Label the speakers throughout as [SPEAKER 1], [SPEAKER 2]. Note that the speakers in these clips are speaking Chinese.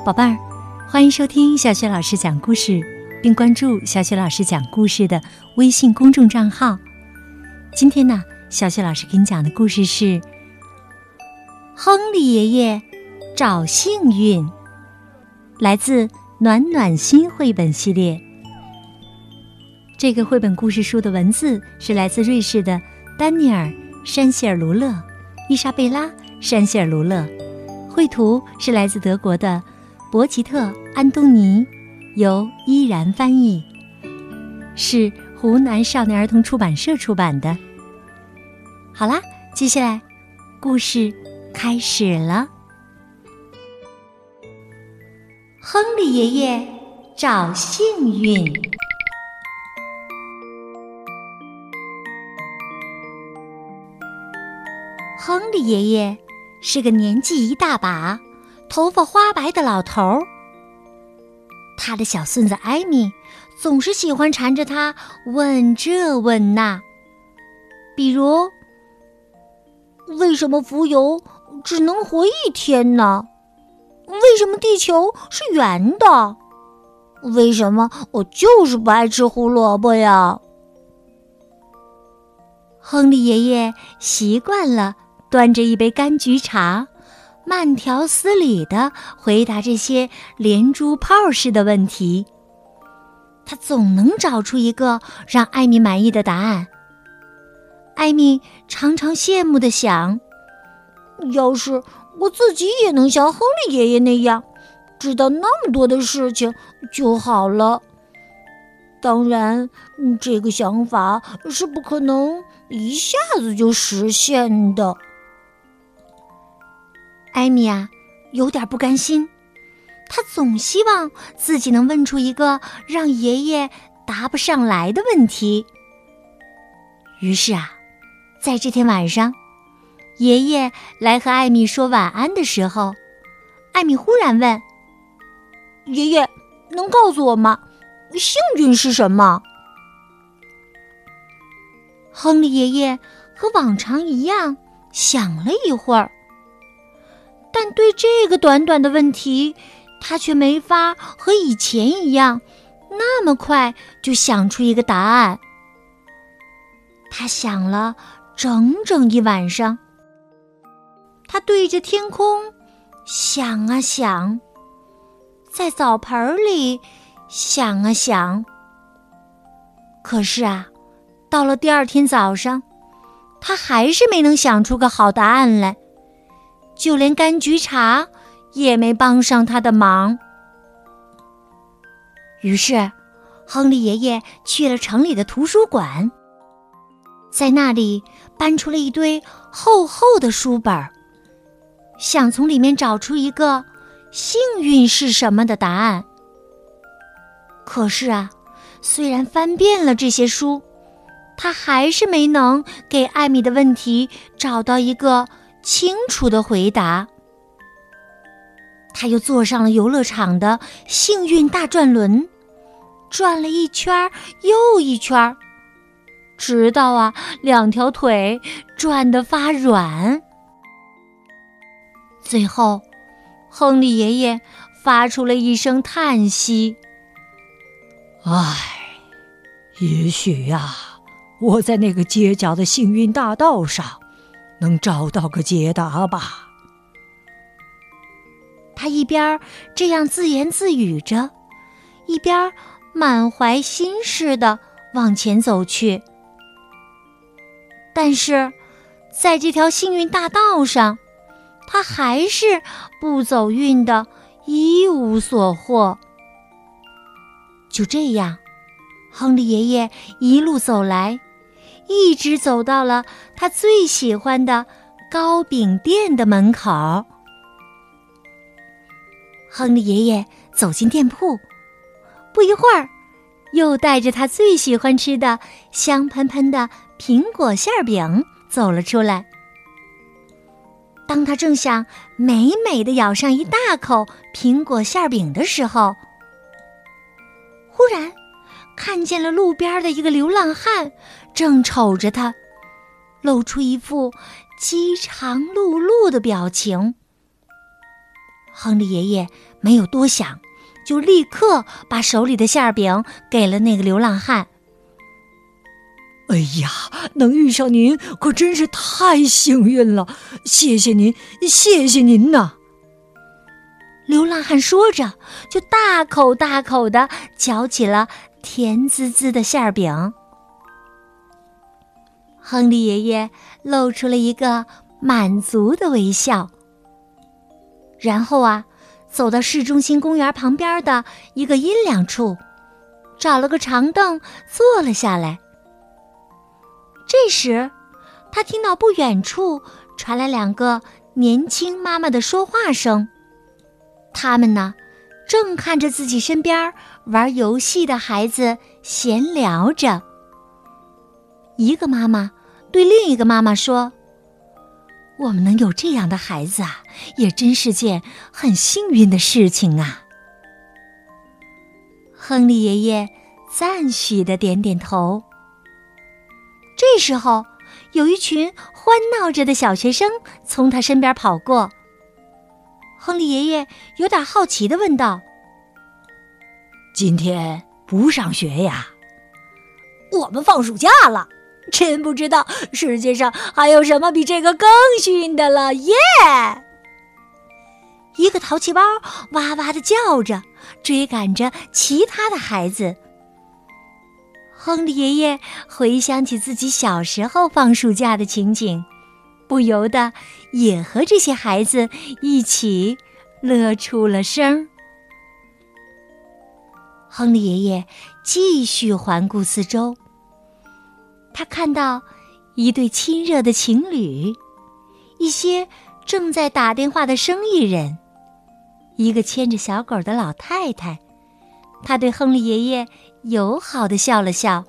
[SPEAKER 1] 宝贝儿，欢迎收听小雪老师讲故事，并关注小雪老师讲故事的微信公众账号。今天呢，小雪老师给你讲的故事是亨利爷爷找幸运，来自暖暖心绘本系列。这个绘本故事书的文字是来自瑞士的丹尼尔·山希尔卢勒、伊莎贝拉·山希尔卢勒，绘图是来自德国的博吉特·安东尼，由依然翻译，是湖南少年儿童出版社出版的。好啦，接下来故事开始了。亨利爷爷找幸运。亨利爷爷是个年纪一大把、头发花白的老头儿。他的小孙子艾米总是喜欢缠着他问这问那，比如，为什么浮游只能活一天呢？为什么地球是圆的？为什么我就是不爱吃胡萝卜呀？亨利爷爷习惯了端着一杯柑橘茶，慢条斯理地回答这些连珠炮似的问题。他总能找出一个让艾米满意的答案。艾米常常羡慕地想，要是我自己也能像亨利爷爷那样知道那么多的事情就好了。当然，这个想法是不可能一下子就实现的。艾米啊，有点不甘心，她总希望自己能问出一个让爷爷答不上来的问题。于是啊，在这天晚上，爷爷来和艾米说晚安的时候，艾米忽然问：爷爷，能告诉我吗？幸运是什么？亨利爷爷和往常一样想了一会儿，但对这个短短的问题，他却没法和以前一样那么快就想出一个答案。他想了整整一晚上，他对着天空想啊想，在澡盆里想啊想。可是啊，到了第二天早上，他还是没能想出个好答案来，就连柑橘茶也没帮上他的忙。于是，亨利爷爷去了城里的图书馆，在那里搬出了一堆厚厚的书本，想从里面找出一个幸运是什么的答案。可是啊，虽然翻遍了这些书，他还是没能给艾米的问题找到一个清楚的回答。他又坐上了游乐场的幸运大转轮，转了一圈又一圈，直到啊两条腿转得发软。最后，亨利爷爷发出了一声叹息：
[SPEAKER 2] 唉，也许呀，我在那个街角的幸运大道上能找到个解答吧。
[SPEAKER 1] 他一边这样自言自语着，一边满怀心事地往前走去。但是，在这条幸运大道上，他还是不走运的一无所获。就这样，亨利爷爷一路走来，一直走到了他最喜欢的糕饼店的门口。亨利爷爷走进店铺，不一会儿，又带着他最喜欢吃的香喷喷的苹果馅饼走了出来。当他正想美美地咬上一大口苹果馅饼的时候，忽然看见了路边的一个流浪汉正瞅着他，露出一副饥肠辘辘的表情。亨利爷爷没有多想，就立刻把手里的馅饼给了那个流浪汉。
[SPEAKER 2] 哎呀，能遇上您可真是太幸运了，谢谢您，谢谢您呐！
[SPEAKER 1] 流浪汉说着，就大口大口地嚼起了甜滋滋的馅饼。亨利爷爷露出了一个满足的微笑，然后走到市中心公园旁边的一个阴凉处，找了个长凳坐了下来。这时，他听到不远处传来2个年轻妈妈的说话声，他们呢，正看着自己身边玩游戏的孩子闲聊着。一个妈妈对另一个妈妈说：“我们能有这样的孩子也真是件很幸运的事情啊。”亨利爷爷赞许地点点头。这时候，有一群欢闹着的小学生从他身边跑过。亨利爷爷有点好奇地问道：“
[SPEAKER 2] 今天不上学呀？”“
[SPEAKER 3] 我们放暑假了，真不知道世界上还有什么比这个更幸运的了，耶！”
[SPEAKER 1] 一个淘气包哇哇地叫着，追赶着其他的孩子。亨利爷爷回想起自己小时候放暑假的情景，不由得也和这些孩子一起乐出了声。亨利爷爷继续环顾四周，他看到一对亲热的情侣，一些正在打电话的生意人，一个牵着小狗的老太太。他对亨利爷爷友好地笑了笑。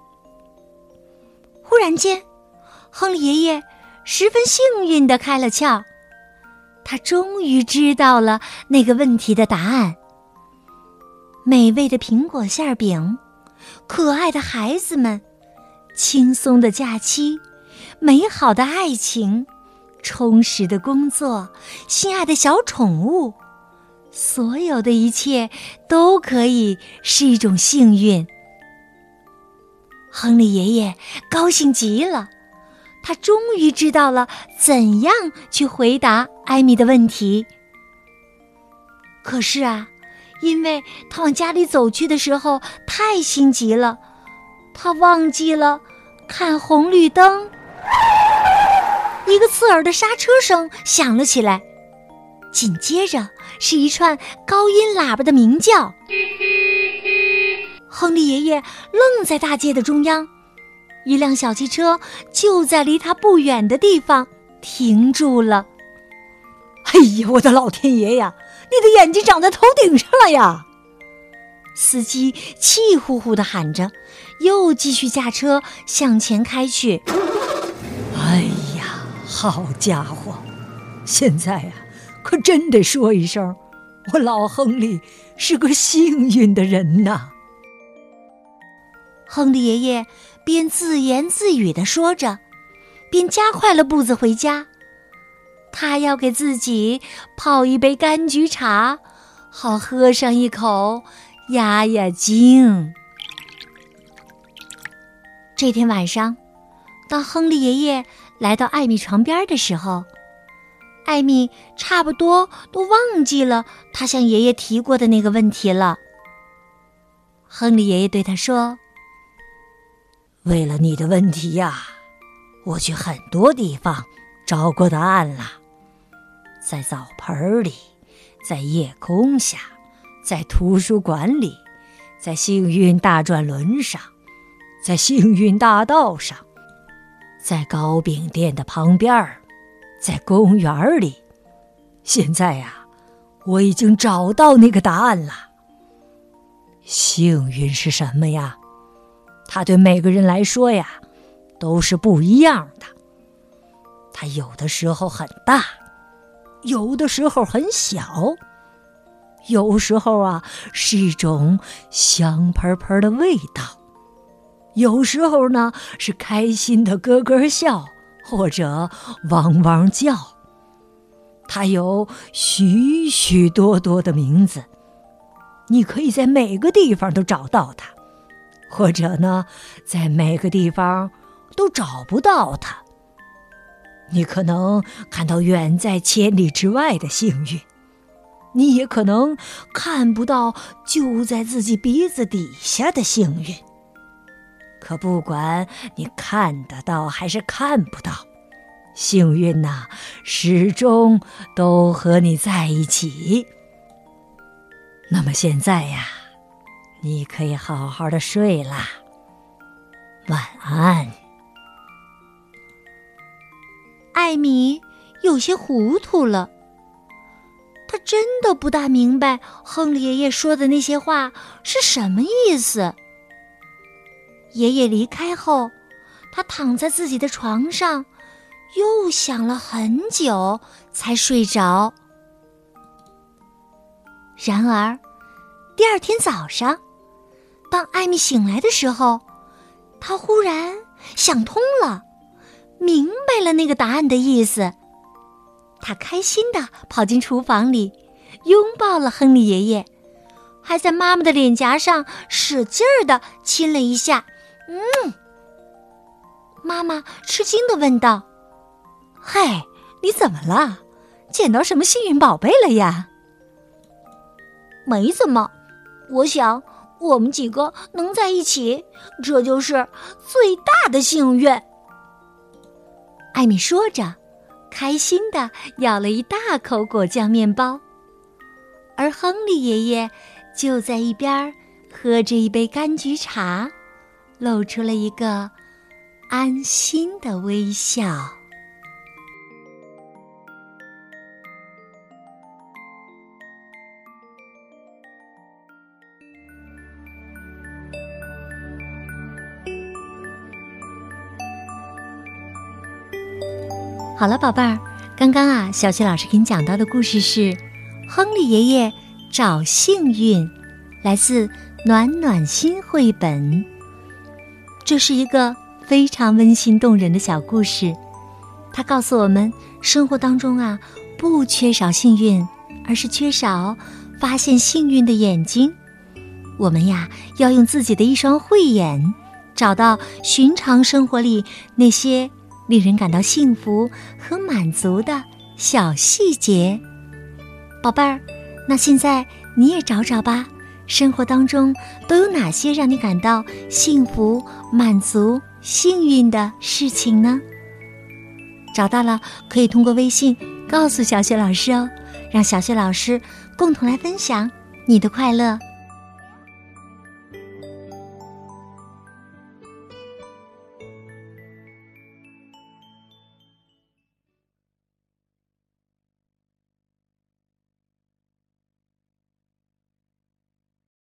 [SPEAKER 1] 忽然间，亨利爷爷十分幸运地开了窍，他终于知道了那个问题的答案。美味的苹果馅饼，可爱的孩子们，轻松的假期，美好的爱情，充实的工作，心爱的小宠物，所有的一切都可以是一种幸运。亨利爷爷高兴极了，他终于知道了怎样去回答艾米的问题。可是因为他往家里走去的时候太心急了，他忘记了看红绿灯。一个刺耳的刹车声响了起来，紧接着是一串高音喇叭的鸣叫。亨利爷爷愣在大街的中央，一辆小汽车就在离他不远的地方停住了。
[SPEAKER 2] 哎呀，我的老天爷呀，你的眼睛长在头顶上了呀！
[SPEAKER 1] 司机气呼呼地喊着，又继续驾车向前开去。
[SPEAKER 2] 哎呀，好家伙，现在可真得说一声，我老亨利是个幸运的人呐。
[SPEAKER 1] 亨利爷爷边自言自语地说着，边加快了步子回家。他要给自己泡一杯柑橘茶，好喝上一口压压惊。这天晚上，当亨利爷爷来到艾米床边的时候，艾米差不多都忘记了他向爷爷提过的那个问题了。亨利爷爷对他说：“
[SPEAKER 2] 为了你的问题呀，我去很多地方找过答案了，在澡盆里，在夜空下，在图书馆里，在幸运大转轮上，在幸运大道上，在糕饼店的旁边，在公园里。现在我已经找到那个答案了。幸运是什么呀？它对每个人来说都是不一样的。它有的时候很大，有的时候很小，有时候是一种香喷喷的味道，有时候呢是开心的咯咯笑或者汪汪叫。 它有许许多多的名字，你可以在每个地方都找到它，或者呢，在每个地方都找不到它。你可能看到远在千里之外的幸运，你也可能看不到就在自己鼻子底下的幸运。可不管你看得到还是看不到，幸运呐，始终都和你在一起。那么现在呀，你可以好好的睡啦，晚安。
[SPEAKER 1] 艾米有些糊涂了，他真的不大明白亨利爷爷说的那些话是什么意思。爷爷离开后，他躺在自己的床上，又想了很久才睡着。然而，第二天早上，当艾米醒来的时候，她忽然想通了，明白了那个答案的意思。她开心地跑进厨房里，拥抱了亨利爷爷，还在妈妈的脸颊上使劲儿地亲了一下。妈妈吃惊地问道：“
[SPEAKER 2] 嗨，你怎么了？捡到什么幸运宝贝了呀？”“
[SPEAKER 3] 没怎么，我想我们几个能在一起，这就是最大的幸运。”
[SPEAKER 1] 艾米说着，开心地咬了一大口果酱面包，而亨利爷爷就在一边喝着一杯柑橘茶，露出了一个安心的微笑。好了，宝贝儿，刚刚小雪老师给你讲到的故事是亨利爷爷找幸运，来自暖暖心绘本。这是一个非常温馨动人的小故事，它告诉我们，生活当中不缺少幸运，而是缺少发现幸运的眼睛。我们要用自己的一双慧眼，找到寻常生活里那些令人感到幸福和满足的小细节。宝贝儿，那现在你也找找吧，生活当中都有哪些让你感到幸福、满足、幸运的事情呢？找到了，可以通过微信告诉小雪老师哦，让小雪老师共同来分享你的快乐。